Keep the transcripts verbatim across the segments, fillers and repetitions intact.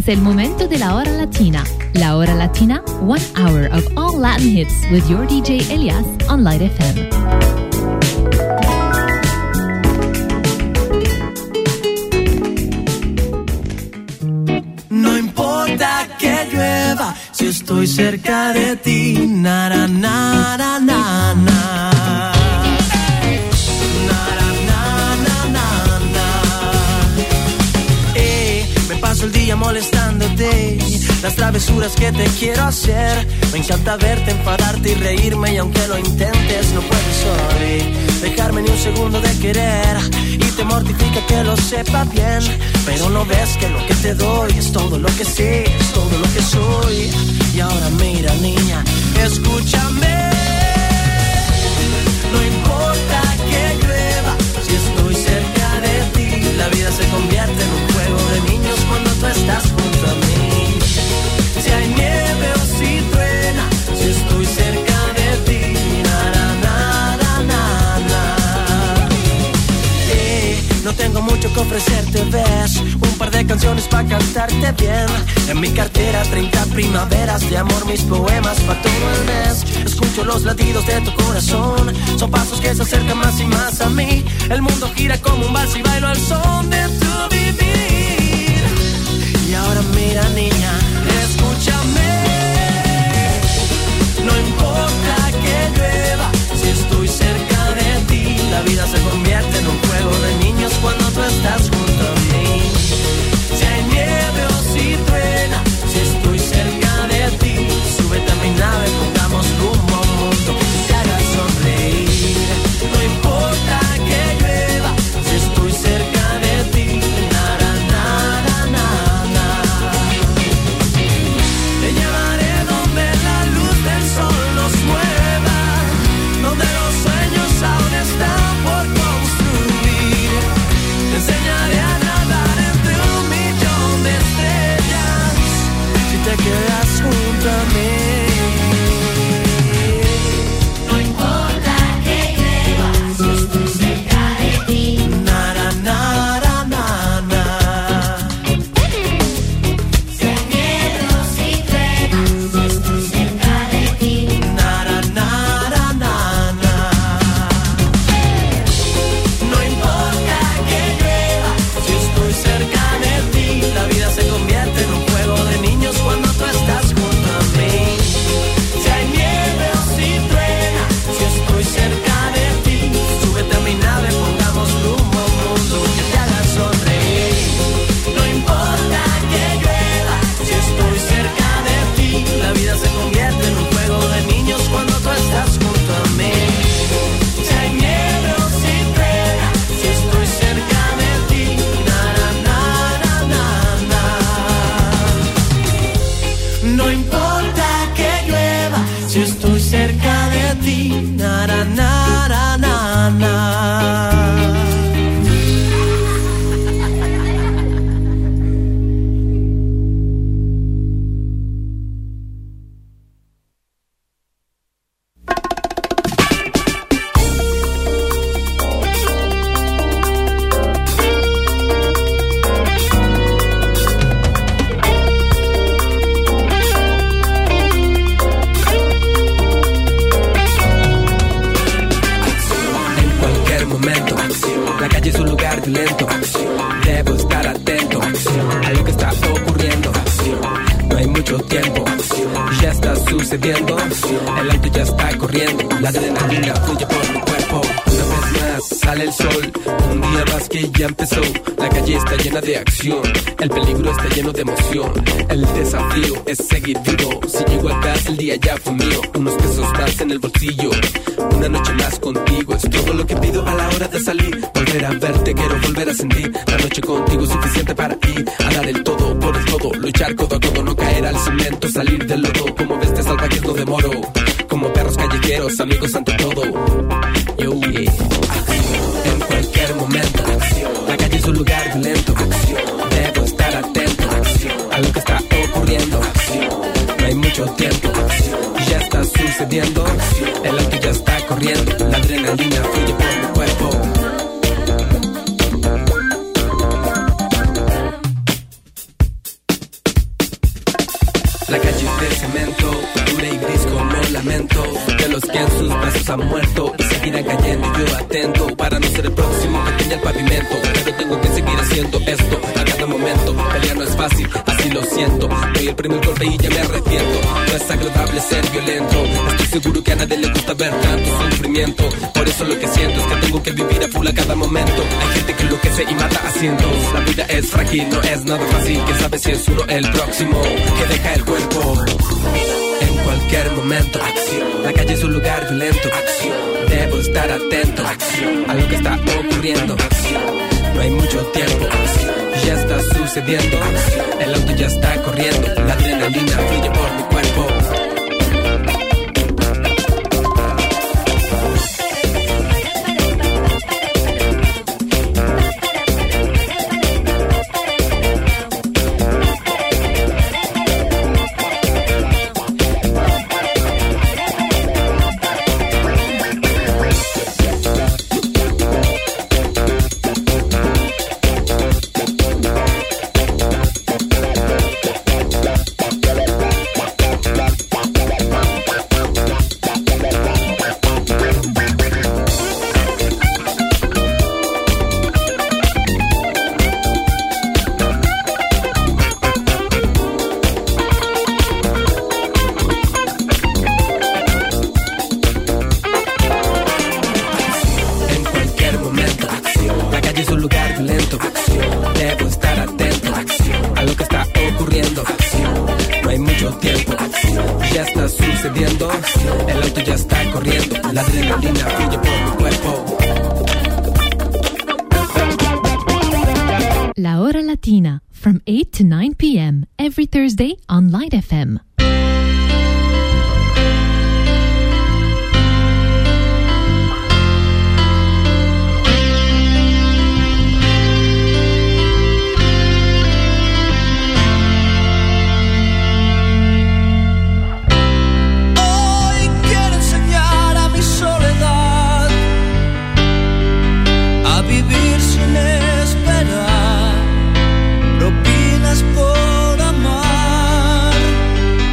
Es el momento de la hora latina. La hora latina, one hour of all Latin hits with your D J Elias on Light F M. No importa que llueva, si estoy cerca de ti, na na na na na na. El día molestándote, las travesuras que te quiero hacer. Me encanta verte, enfadarte y reírme, y aunque lo intentes no puedes hoy dejarme ni un segundo de querer. Y te mortifica que lo sepa bien, pero no ves que lo que te doy es todo lo que sé, es todo lo que soy. Y ahora mira, niña, escúchame. No importa que llueva, si estoy cerca de ti, la vida se convierte en un juego de niños cuando tú estás junto a mí. Si hay nieve o si truena, si estoy cerca de ti, na na na na na na. Eh, no tengo mucho que ofrecerte, ves, un par de canciones para cantarte bien. En mi cartera treinta primaveras de amor, mis poemas para todo el mes. Escucho los latidos de tu corazón, son pasos que se acercan más y más a mí. El mundo gira como un vals y bailo al son de tu vivir. Y ahora mira, niña, escúchame. No importa que llueva, si estoy cerca de ti, la vida se convierte en un juego de niños cuando tú estás junto a mí. Si hay nieve o si truena, si estoy cerca de ti, súbete a mi nave, pongamos rumbo a un mundo que te haga sonreír. No importa que llueva, si estoy cerca de ti, na na na na na na. Te llevaré donde la luz del sol nos mueva, donde los sueños aún están por construir. Te enseñaré a nadar entre un millón de estrellas, si te quedas junto a mí. No importa que llueva, si estoy cerca de ti, na na na na na na. Si hay nieve o si truena, si estoy cerca de ti, na na na na na na. No importa que llueva, si estoy cerca de ti, la vida se convierte en un juego de niños cuando tú estás junto a mí. Si hay nieve o si truena, si estoy cerca de ti, súbete a mi nave, pongamos rumbo a un mundo que te haga sonreír. No importa que llueva, si estoy cerca de ti, la vida se convierte en un juego de niños cuando tú estás junto a mí. Si hay nieve o si truena, si estoy cerca de ti, na na na na na na. No importa que llueva, si estoy cerca de ti, na na na na na na. En cualquier momento, la calle es un lugar violento. Debo estar atento a lo que está ocurriendo. No hay mucho tiempo, ya está sucediendo. El auto ya está corriendo, la adrenalina fluye por mi cuerpo. Una vez más sale el sol, un día más que ya empezó. La calle está llena de acción, el peligro está lleno de emoción. El desafío es seguir vivo. Si llego a casa el día ya fue mío. Unos pesos más en el bolsillo, una noche más contigo es todo lo que pido a la hora de salir. Volver a verte, quiero volver a sentir. La noche contigo es suficiente para ir a dar el todo por el todo. Luchar codo a codo, no caer al cemento, salir del lodo. Como bestias salvajes no demoro, como perros callejeros, amigos ante todo. Yo, yeah. En cualquier momento, la calle es un lugar violento. Debo estar atento a lo que está ocurriendo. No hay mucho tiempo, ya está sucediendo. El auto ya está corriendo, la adrenalina fluye por mi cuerpo. La calle es de cemento, dura y gris como lamento, de los que en sus brazos han muerto y seguirán cayendo. Yo atento para no ser el próximo que tenga el pavimento, pero tengo que seguir haciendo esto a cada momento. Pelear no es fácil, así lo siento. Doy el primer golpe y ya me arrepiento. No es agradable ser violento, estoy seguro que a nadie le gusta ver tanto sufrimiento. Por eso lo que siento es que tengo que vivir a full a cada momento. Hay gente que enloquece y mata a cientos. La vida es frágil, no es nada fácil. Quién sabe si es uno el próximo que deja el cuerpo. En cualquier momento, acción. La calle es un lugar violento, acción. Debo estar atento, acción, a lo que está ocurriendo, acción. No hay mucho tiempo, acción. Ya está sucediendo, acción. El auto ya está corriendo, la adrenalina fluye por mi cuerpo. La Hora Latina, from eight to nine p.m. every Thursday on Light F M. Propinas por amar.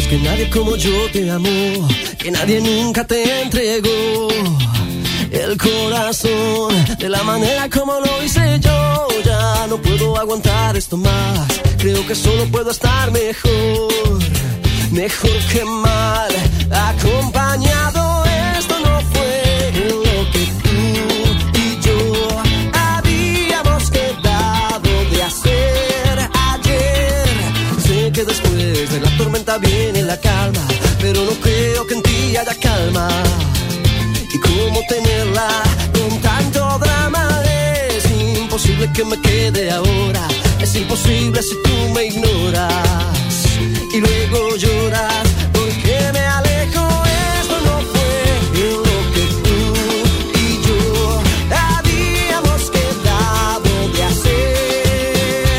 sabes que nadie como yo te amó, que nadie nunca te entregó el corazón de la manera como lo hice yo. Ya no puedo aguantar esto más, creo que solo puedo estar mejor, mejor que mal acompañado. Esto no fue lo que tú y yo habíamos quedado de hacer ayer. Sé que después de la tormenta viene la calma, pero no creo que en ti haya calma. ¿Y cómo tenerla con tanto drama? Es imposible que me quede ahora, es imposible si tú me ignoras y luego lloras porque me alejo. Esto no fue lo que tú y yo habíamos quedado de hacer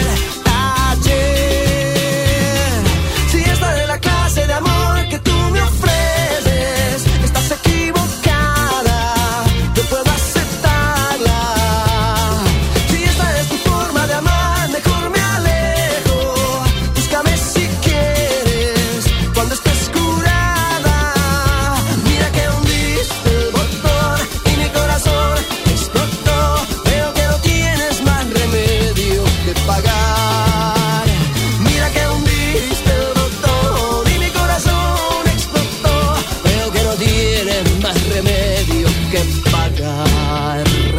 ayer. Si esta es la clase de amor que tú me ofreces, estás equivocada, no puedo aceptarla. Si esta es tu forma de amar, mejor me alejo. Búscame si quieres cuando estés curada. Mira que hundiste el botón y mi corazón explotó. Veo que no tienes más remedio que pagar. Mira que hundiste el botón y mi corazón explotó. Veo que no tienes más remedio que pagar.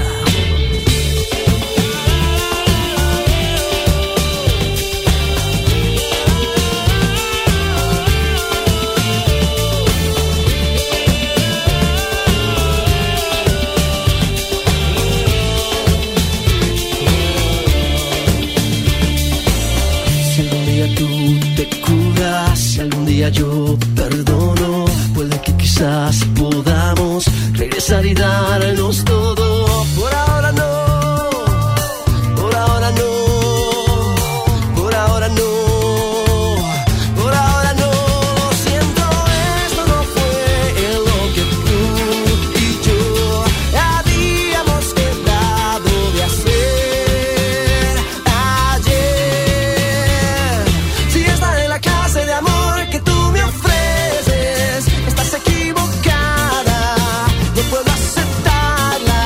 Si algún día tú te curas, si algún día yo perdono, puede que quizás podamos regresar y darnos todo. Por ahora no, por ahora no, por ahora no, por ahora no. Lo siento, esto no fue lo que tú y yo habíamos quedado de hacer ayer. Si esta es la clase de amor que tú me ofreces, estás equivocada, no puedo aceptarla.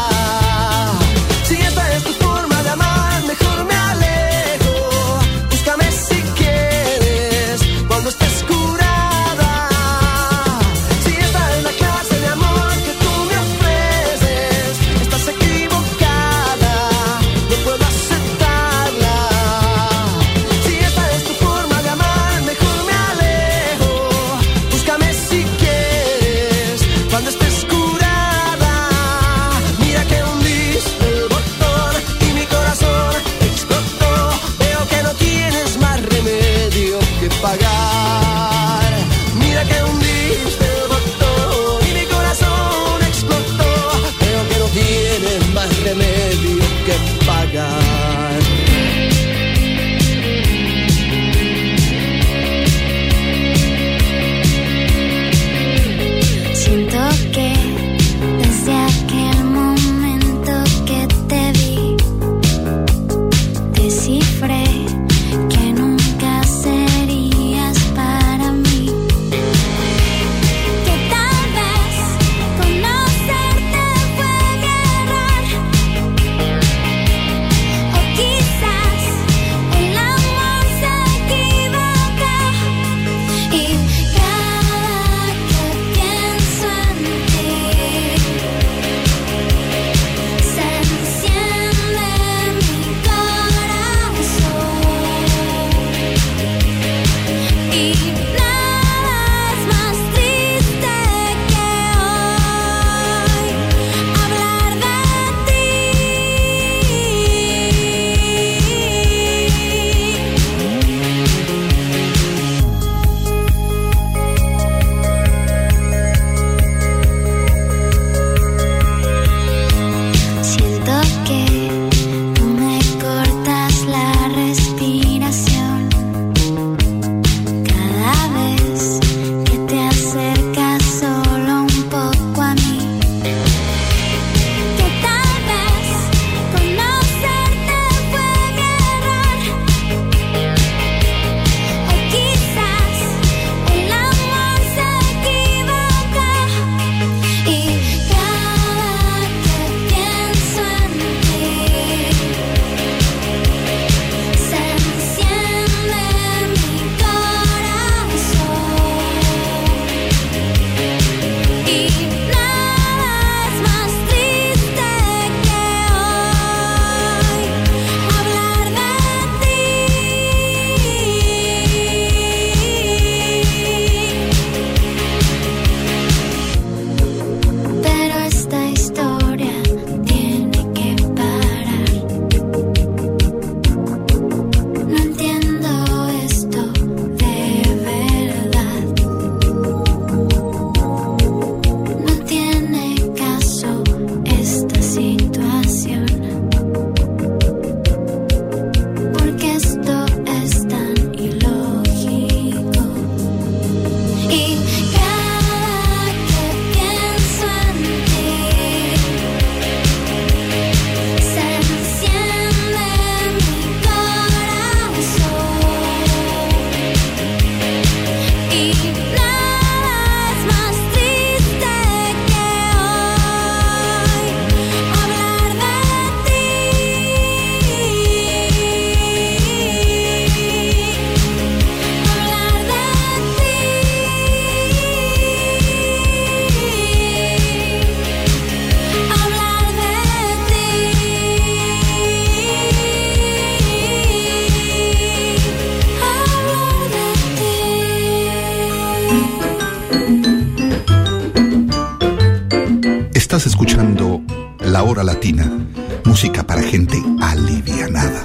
Estás escuchando La Hora Latina, música para gente alivianada.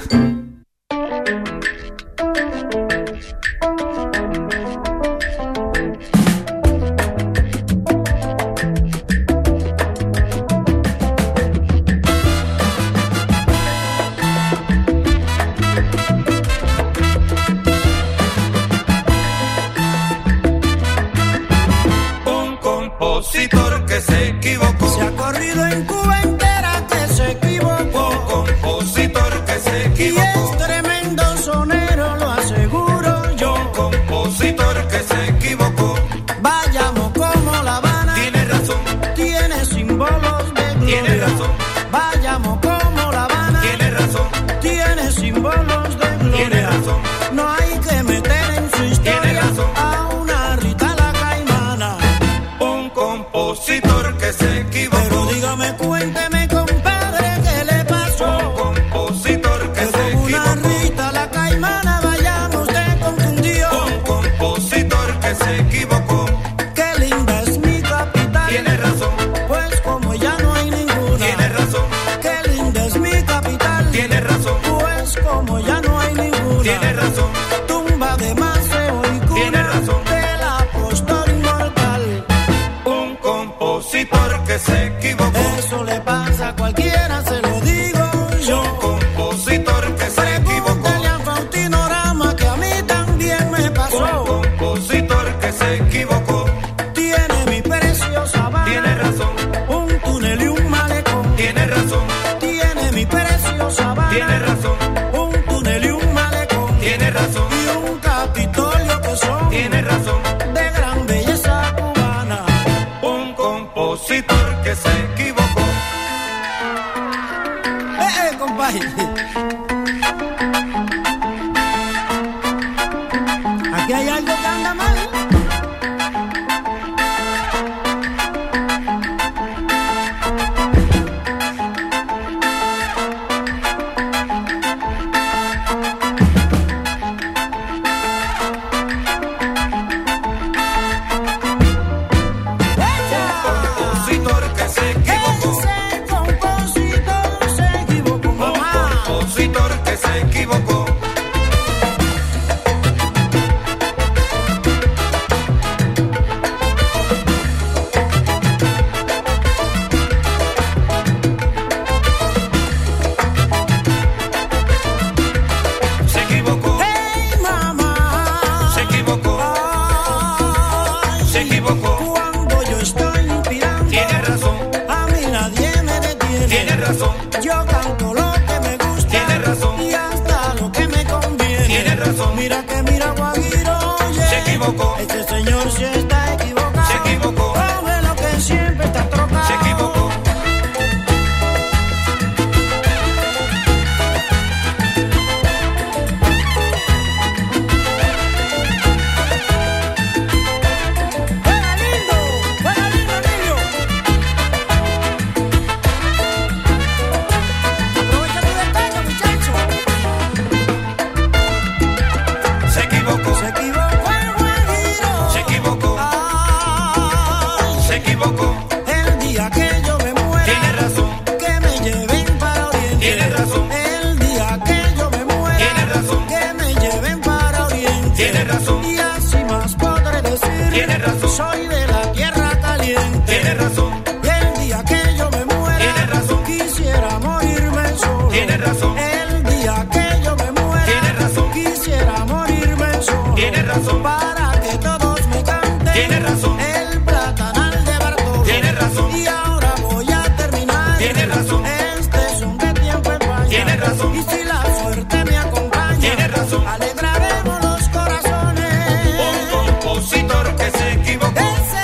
Alegraremos los corazones. Un compositor que se equivocó.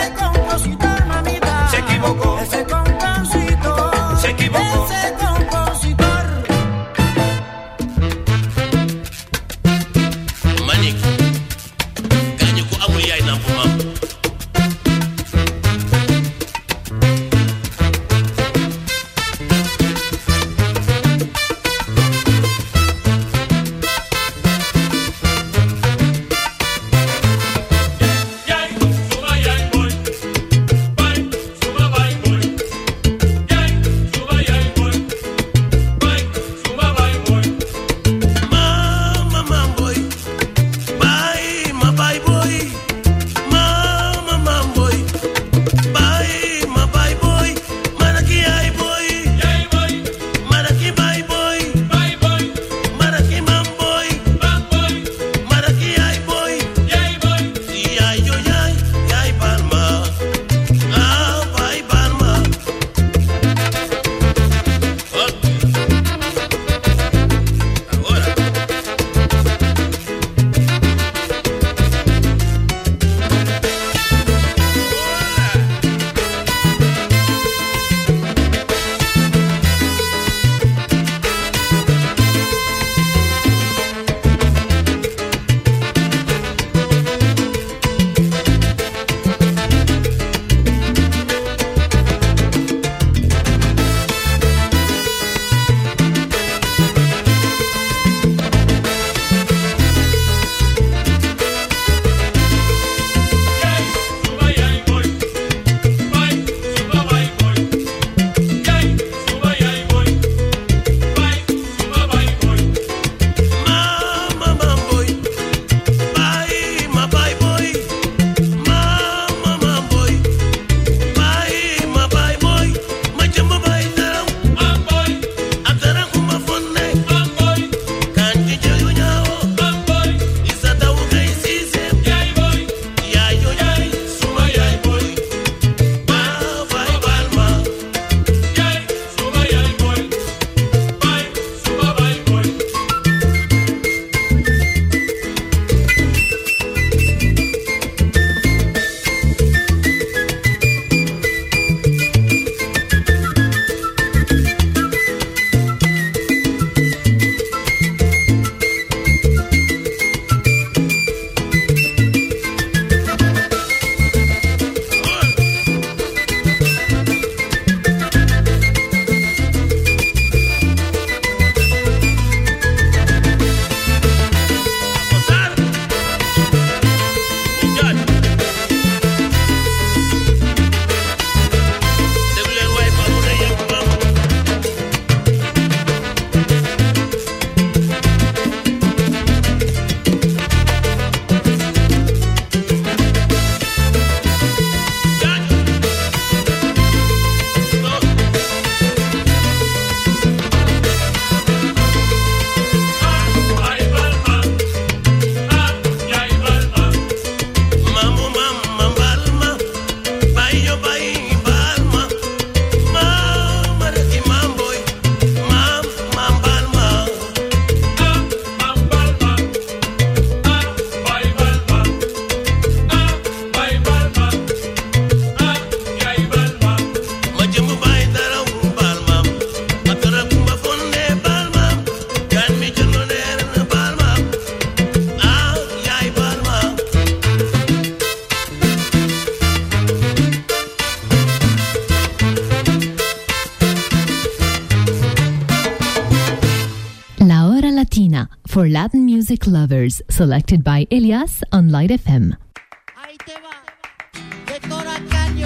Latina for Latin music lovers, selected by Elias on Light F M. Ahí te va, de Toracaño.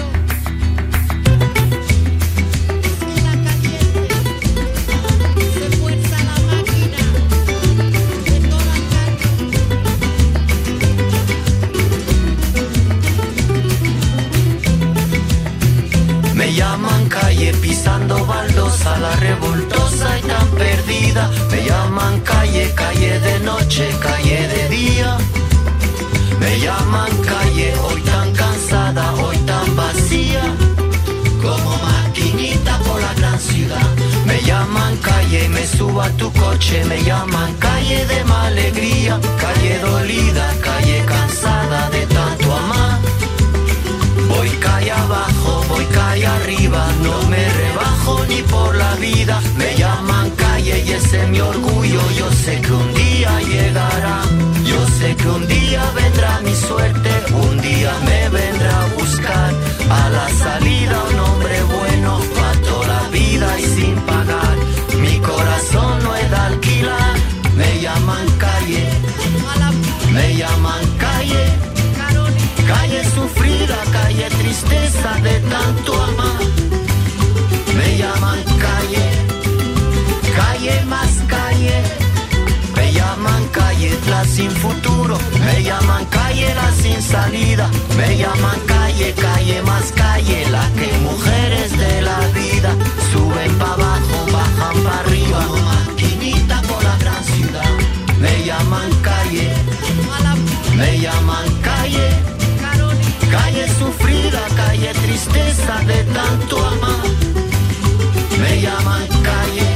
Esquina caliente, se fuerza la máquina. De Toracaño. Me llaman calle pisando baldosa, la revoltosa y tan perdida. Me llaman calle, calle de noche, calle de día. Me llaman calle, hoy tan cansada, hoy tan vacía, como maquinita por la gran ciudad. Me llaman calle y me subo a tu coche. Me llaman calle de mala alegría, calle dolida, calle cansada de tanto amar. Voy calle abajo, voy calle arriba, no me rebajo ni por la vida. Me llaman calle y ese es mi orgullo. Yo sé que un día llegará, yo sé que un día vendrá mi suerte, un día me vendrá a buscar. A la salida un hombre bueno, pa' toda la vida y sin pagar. Mi corazón no es de alquilar. Me llaman calle, me llaman calle, calle sufrida, calle tristeza de tanto amar. Me llaman calle, calle más calle. Me llaman calle la sin futuro. Me llaman calle la sin salida. Me llaman calle, calle más calle. La que mujeres de la vida suben pa' abajo, bajan pa' arriba, como maquinita por la gran ciudad. Me llaman calle, me llaman calle, calle sufrida, calle tristeza de tanto amar. Me llaman calle,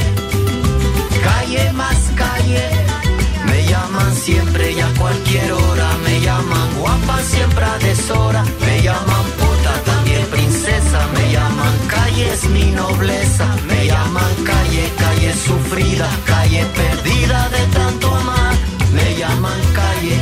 calle más calle. Me llaman siempre y a cualquier hora. Me llaman guapa siempre a deshora. Me llaman puta también princesa. Me llaman calle es mi nobleza. Me llaman calle, calle sufrida, calle perdida de tanto amar. Me llaman calle,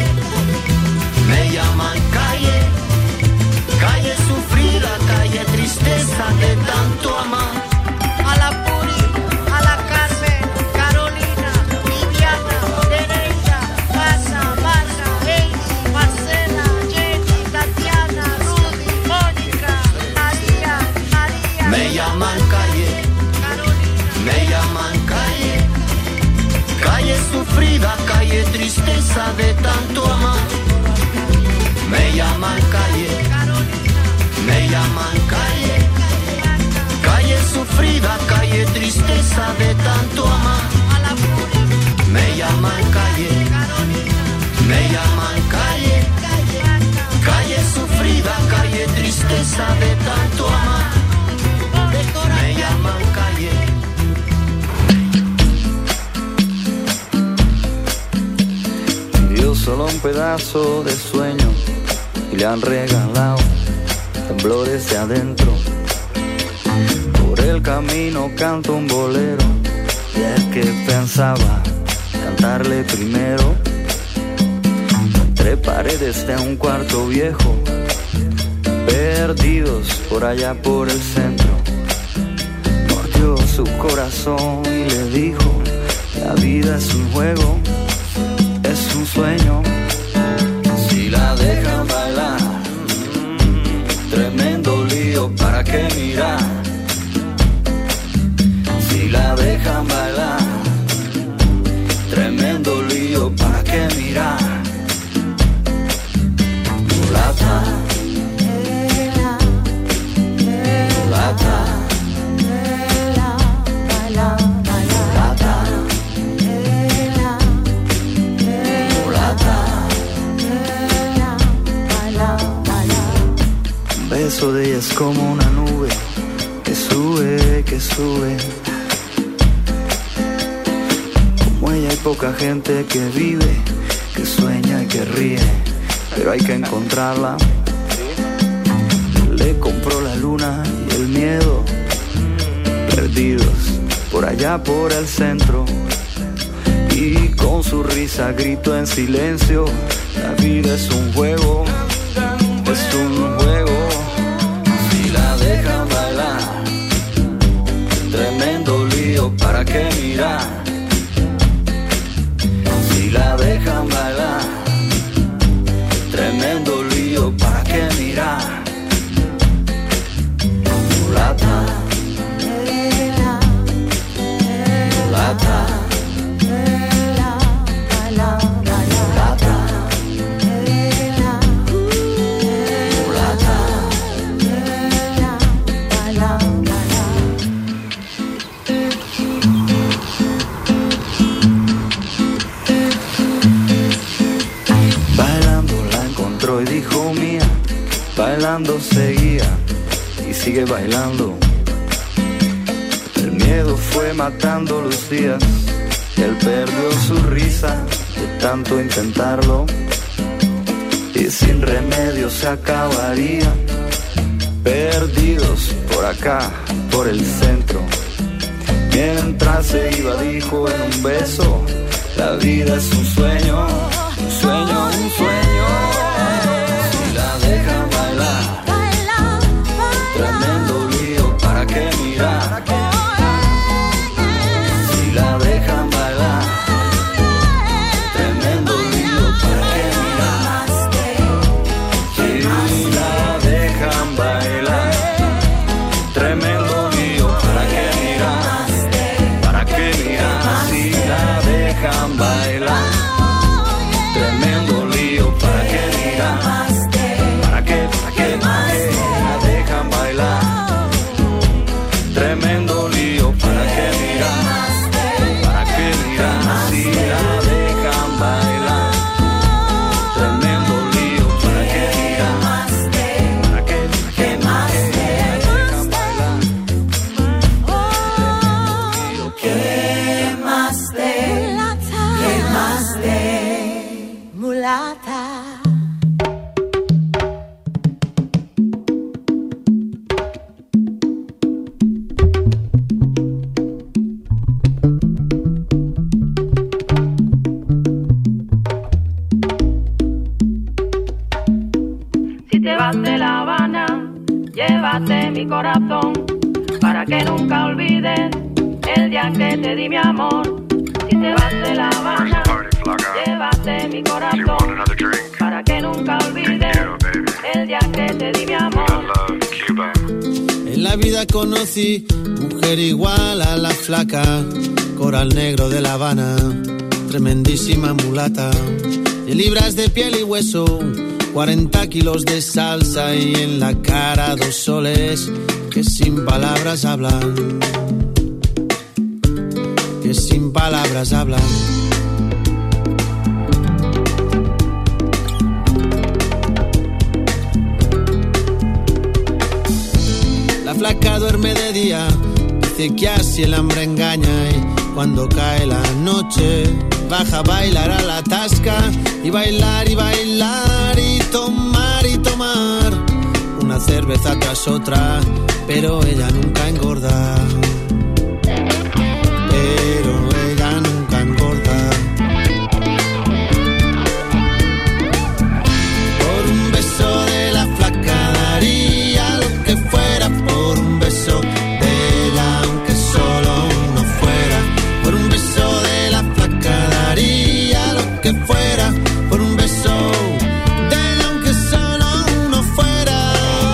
me llaman calle, calle sufrida, calle tristeza de tanto amar. A la Puri, a la Carmen, Carolina, Viviana, Teresa, Casa, Marta, Heidi, Marcela, Jenny, Tatiana, Rudy, Mónica, María, María. Me llaman calle, Carolina, me llaman calle, calle sufrida, calle tristeza de tanto amar. Me llaman calle, me llaman calle, calle sufrida, calle tristeza de tanto amar. Me llaman calle, me llaman calle, calle sufrida, calle tristeza de tanto amar. Me llaman calle. Dio solo un pedazo de sueño y le han regalado temblores de adentro. Por el camino canto un bolero y es que pensaba cantarle primero. Entre paredes de un cuarto viejo, perdidos por allá por el centro, mordió su corazón y le dijo: la vida es un juego, es un sueño. Si la dejan bailar, mmm, tremendo lío, ¿para qué mirar? Si la dejan bailar, tremendo lío, ¿para qué mirar? Mulata, mulata, un beso de ella es como una nube que sube, que sube. Como ella hay poca gente que vive, que sueña y que ríe, pero hay que encontrarla. Le compró la luna y el miedo, perdidos por allá por el centro. Y con su risa gritó en silencio: la vida es un juego, es un juego. Si la dejan bailar, tremendo lío, ¿para qué mirar? dejan bailar. Tremendo lío, ¿para qué mirar? Mulata, mulata, y dijo mía, bailando seguía y sigue bailando. El miedo fue matando los días, él perdió su risa de tanto intentarlo y sin remedio se acabaría. Perdidos por acá, por el centro, mientras se iba dijo en un beso, la vida es un sueño, un sueño, un sueño. Dejan bailar, bailar, bailar. Tremendo lío, ¿para qué mirar? Si la dejan bailar, tremendo lío, ¿para qué mirar? Si la dejan bailar, tremendo lío, ¿para qué mirar? ¿Para qué mirar? Si la dejan bailar, tremendo lío, ¿para qué mirar? Tremendo lío, ¿para qué mirar? ¿Para qué mirar? Si la dejan bailar. Tremendo lío, ¿para qué mirar? ¿Para qué, para qué, para qué la dejan bailar? ¿Qué más de? ¿Qué más de? Mulata. De La Habana, llévate mi corazón para que nunca olvides el día que te di mi amor. Si te vas de La Habana, llévate mi corazón para que nunca olvides el día que te di mi amor. En la vida conocí mujer igual a la flaca, coral negro de La Habana, tremendísima mulata, de libras de piel y hueso, cuarenta kilos de salsa y en la cara dos soles que sin palabras hablan, que sin palabras hablan. La flaca duerme de día, dice que así el hambre engaña y cuando cae la noche baja a bailar a la tasca y bailar y bailar y tomar y tomar una cerveza tras otra, pero ella nunca engorda, pero ella nunca engorda. Por un beso de la flaca daría lo que fuera, por un beso de ella aunque solo uno fuera, por un beso de la flaca daría lo que fuera, por un beso de ella aunque solo uno fuera,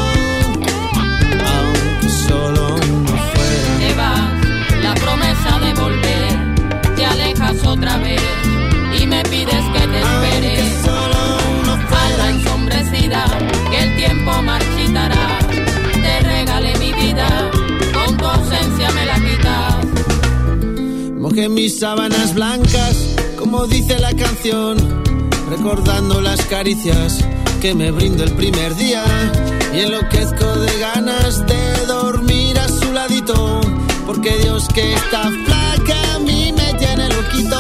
aunque solo uno fuera. Te vas, la promesa de volver, te alejas otra vez y me pides que te espere. Aunque solo uno fuera. A la ensombrecida que el tiempo marchitará, te regalé mi vida, con tu ausencia me la quitas. Mojé mis sábanas blancas, como dice la canción, recordando las caricias que me brindó el primer día y enloquezco de ganas de dormir a su ladito, porque Dios que está flaca a mí me tiene loquito,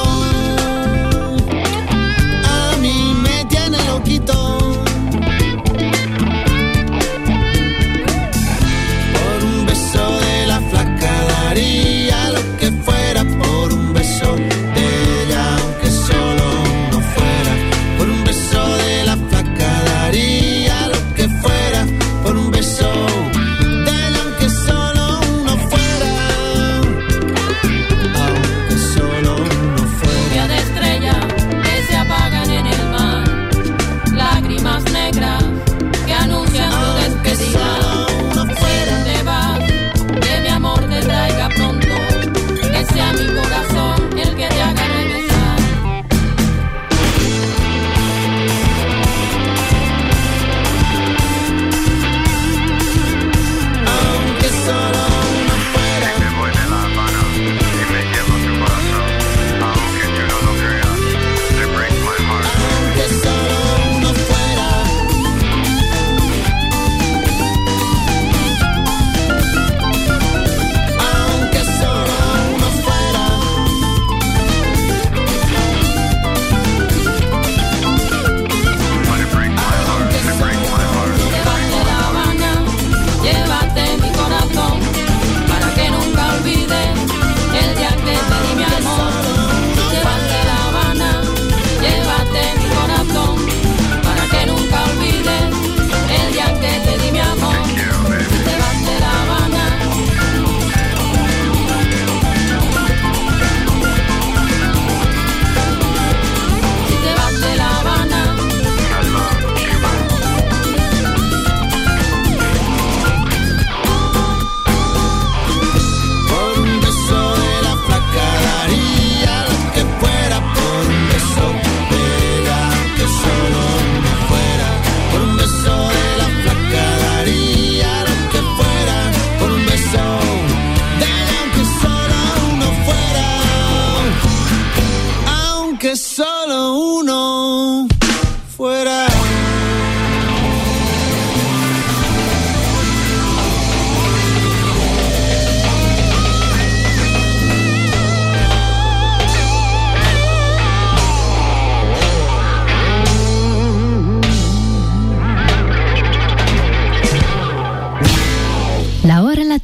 a mí me tiene loquito. Por un beso de la flaca daría lo que fuera, por un beso de ella aunque solo uno fuera, por un beso de la flaca daría lo que fuera, por un beso de ella aunque solo uno fuera, aunque solo uno fuera.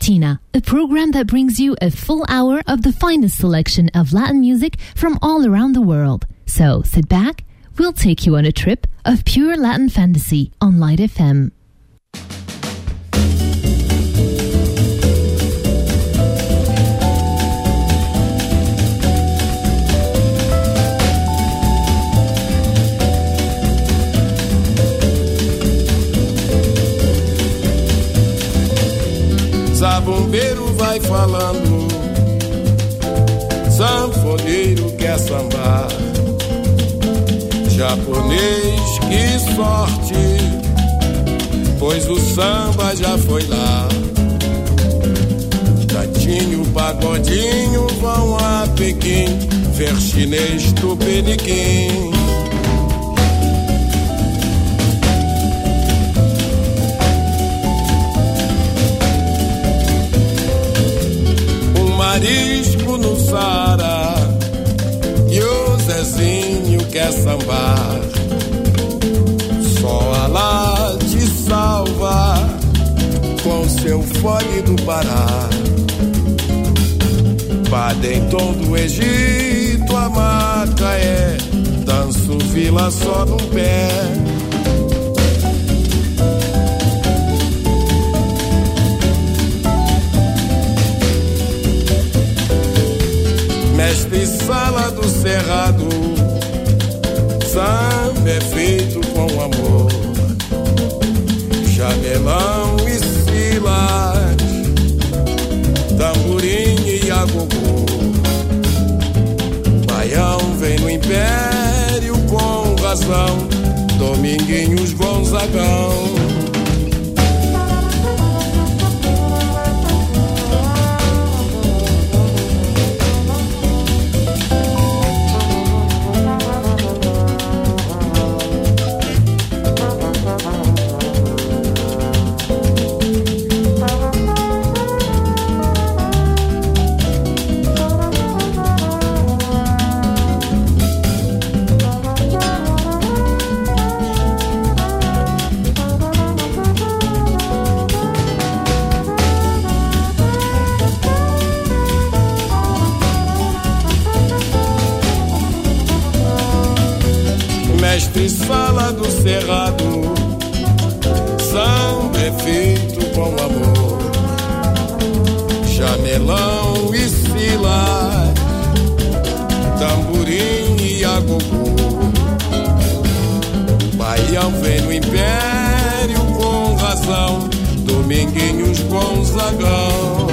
Latina, a program that brings you a full hour of the finest selection of Latin music from all around the world. So sit back, we'll take you on a trip of pure Latin fantasy on Light F M. Zabumbeiro vai falando, sanfoneiro quer sambar, japonês, que sorte, pois o samba já foi lá. Tatinho, pagodinho vão a Pequim, ver chinês do Peniquim. Marisco no Sara e o Zezinho quer sambar. Só Alá te salva com seu fole do Pará. Padenton do Egito, a Macaé, danço vila só num pé. Mestre Sala do Cerrado, samba é feito com amor. Jamelão e Silas, tamborim e agogô. Baião vem no Império com razão, Dominguinhos Gonzagão. Mestre Sala do Cerrado, samba é feito com amor. Jamelão e Silas, tamborim e agogô. Baião vem no Império com razão, Dominguinhos Gonzagão.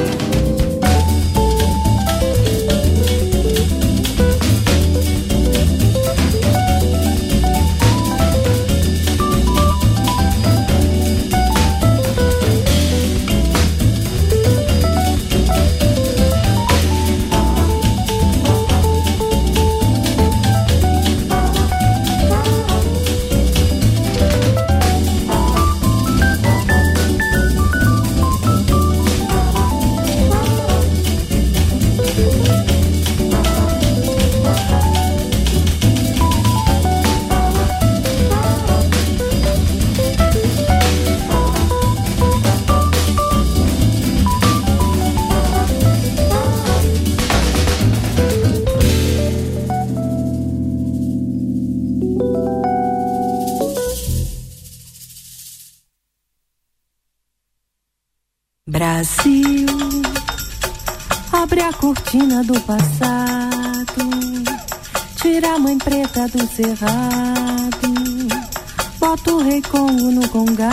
Brasil, abre a cortina do passado, tira a mãe preta do cerrado, bota o rei Congo no congado.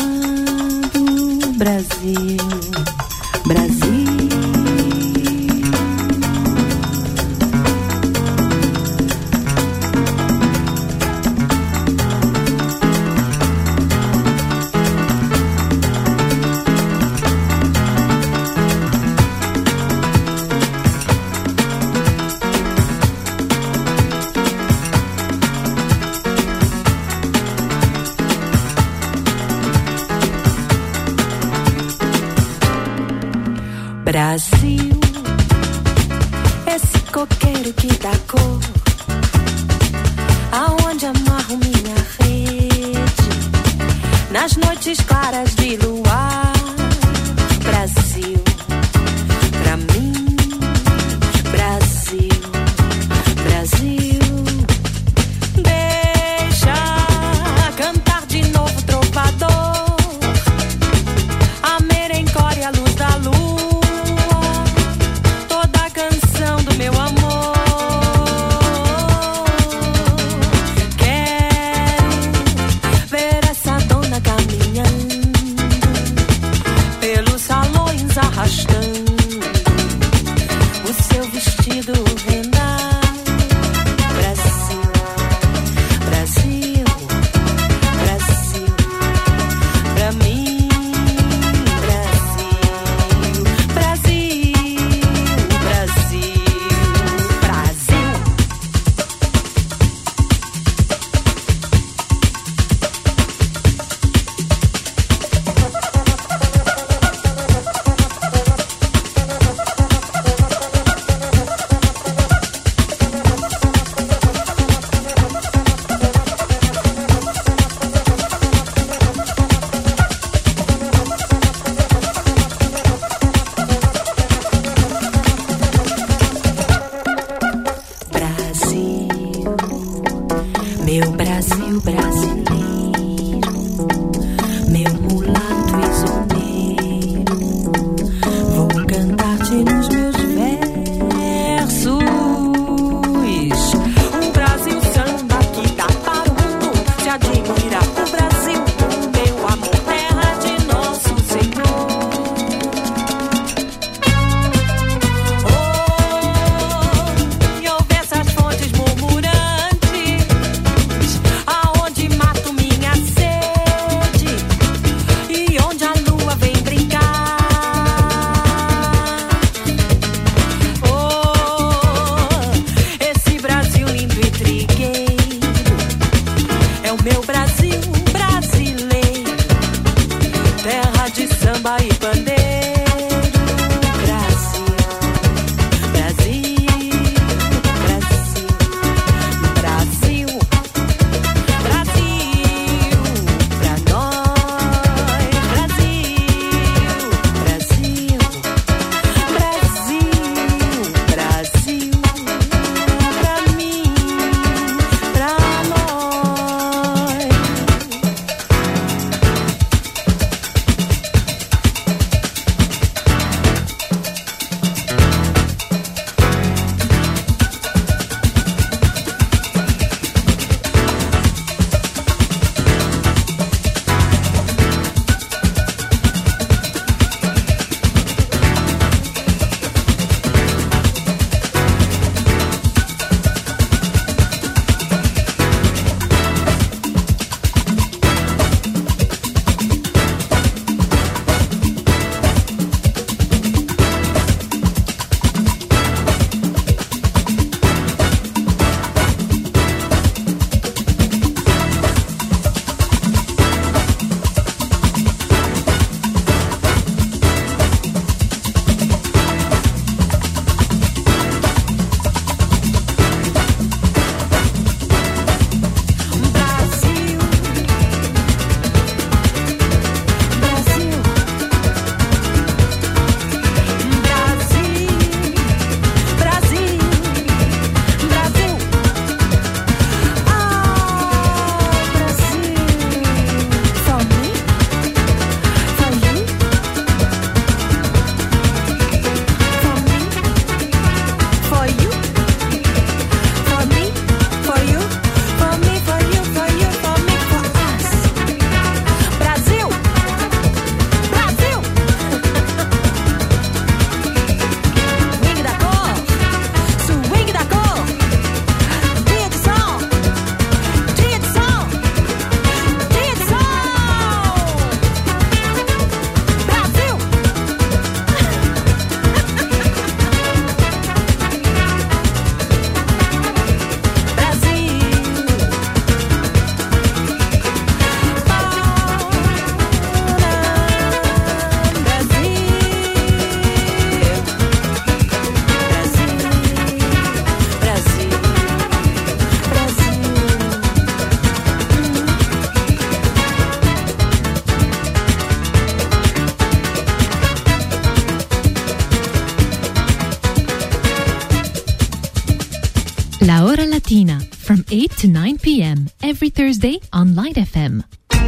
Brasil, Brasil. Brasil, esse coqueiro que dá cor, aonde amarro minha rede, nas noites claras de luar. Brasil, Brasil brasileiro, meu mulato isoneiro, vou cantar-te nos meus versos. O Brasil samba que dá para o mundo se admira. O Brasil, o meu amor, terra de nosso Senhor. Oh, e ouve essas fontes murmurantes, aonde mato minha sede e onde a lua vem brincar. Oh, esse Brasil lindo e trigueiro é o meu Brasil brasileiro, terra de samba e pandeiro. Brasil, Brasil, Brasil, Brasil, Brasil, pra nós. Brasil, Brasil, Brasil, Brasil, pra mim, pra nós. La Hora Latina, from eight to nine p.m. every Thursday on Light F M.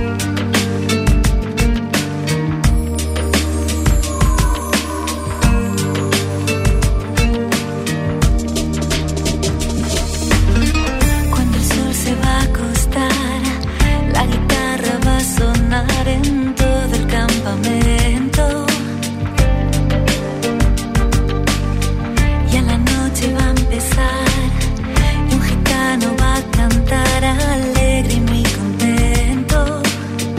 Cuando el sol se va a acostar, la guitarra va a sonar en todo el campamento. Y a la noche va a empezar, y un gitano va a cantar alegre y muy contento.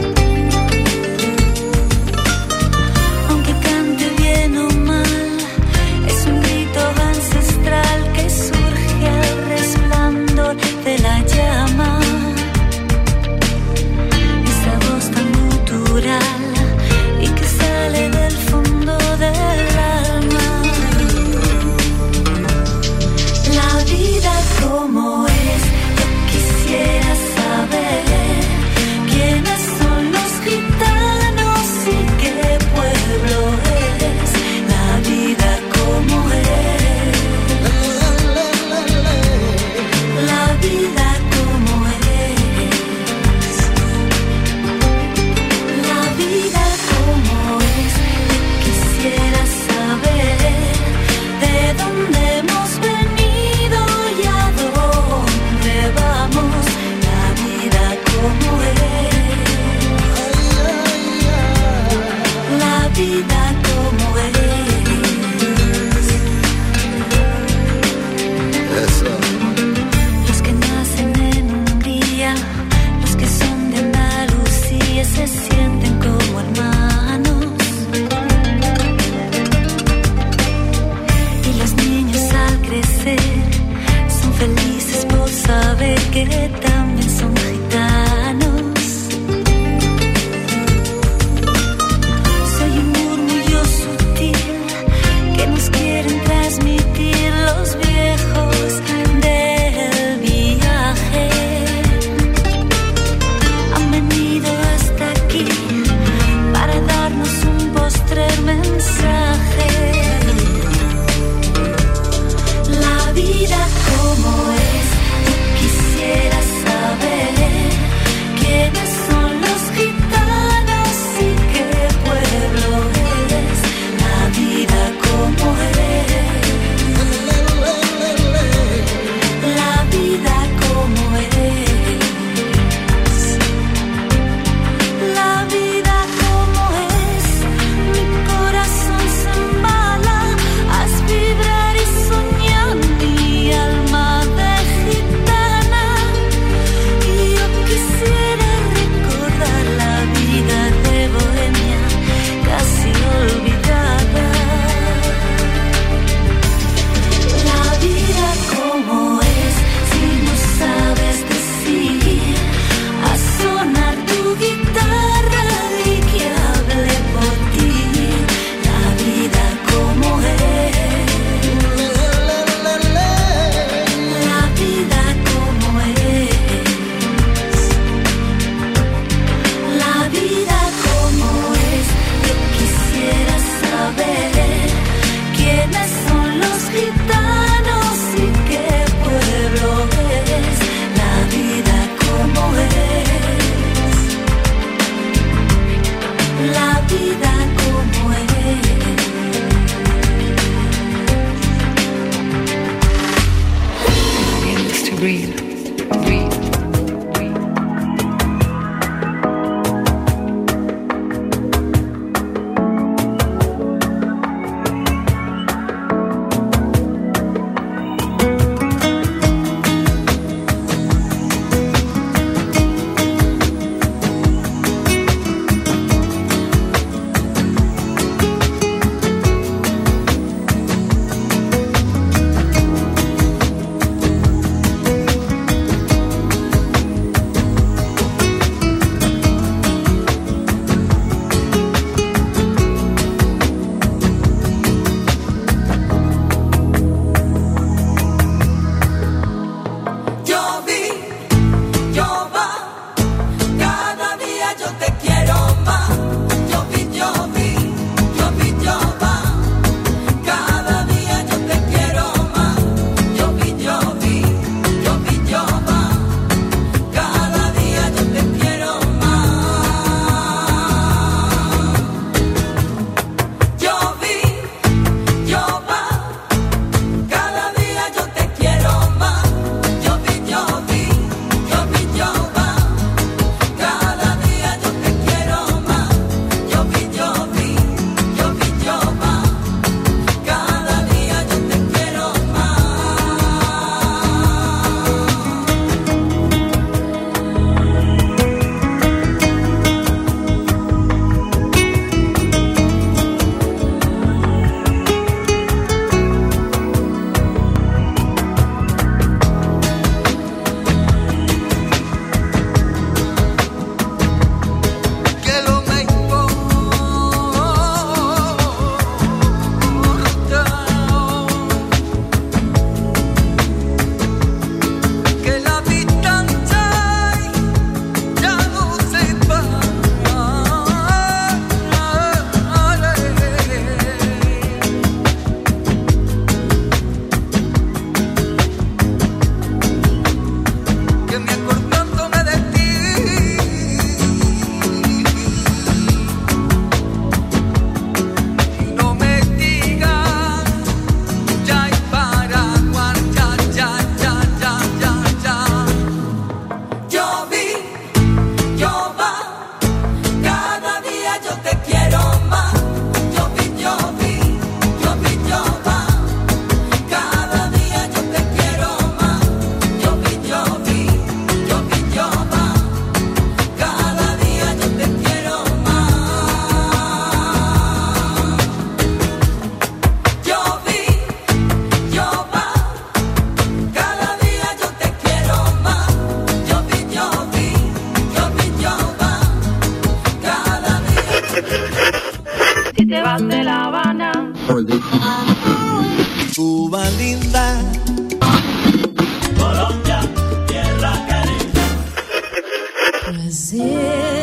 Cuba linda. Colombia, tierra caliente. Brasil.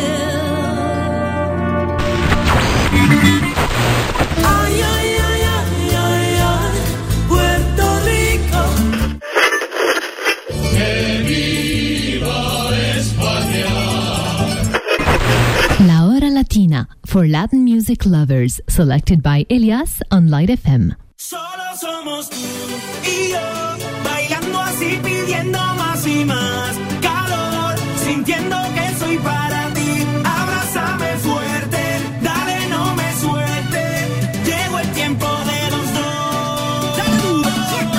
Ay, ay, ay, ay, ay, ay, Puerto Rico. Que viva España. La Hora Latina, for Latin music lovers, selected by Elias on Light F M. Solo somos tú y yo, bailando así, pidiendo más y más calor, sintiendo que soy para ti. Abrázame fuerte, dale, no me suelte. Llegó el tiempo de los dos. Dale duro.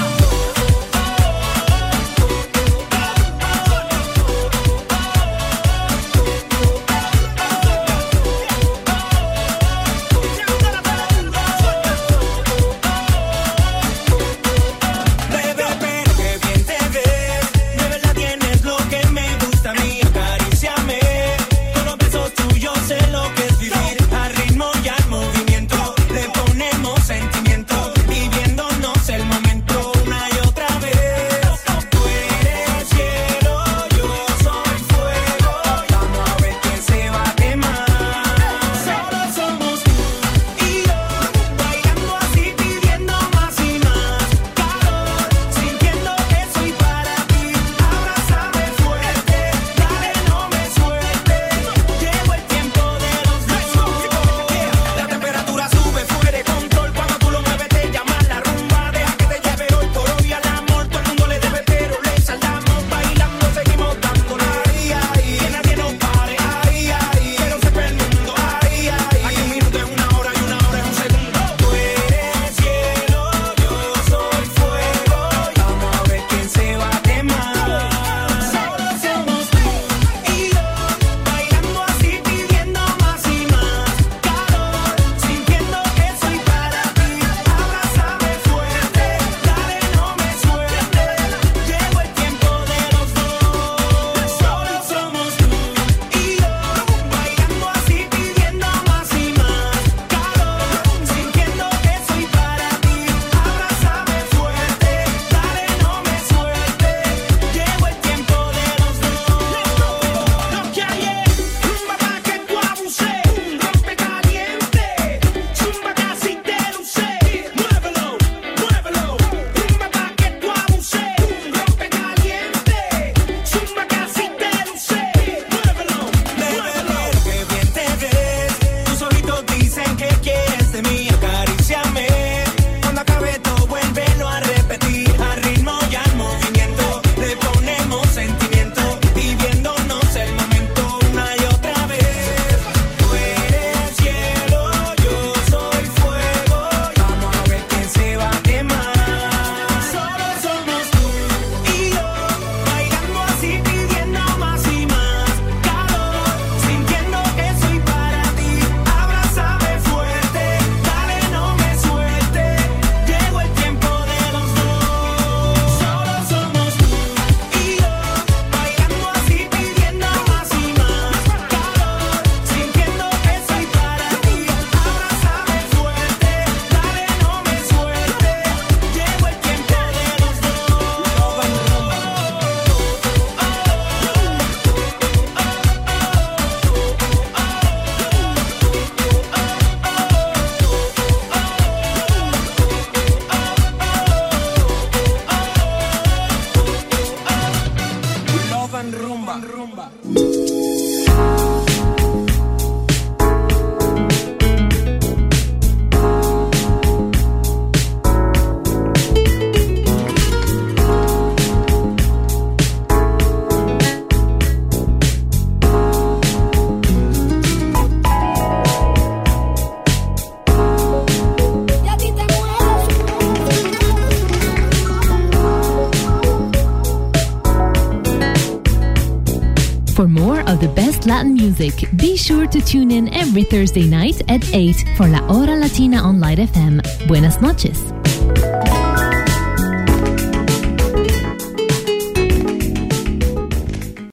For more of the best Latin music, be sure to tune in every Thursday night at eight for La Hora Latina on Light F M. Buenas noches.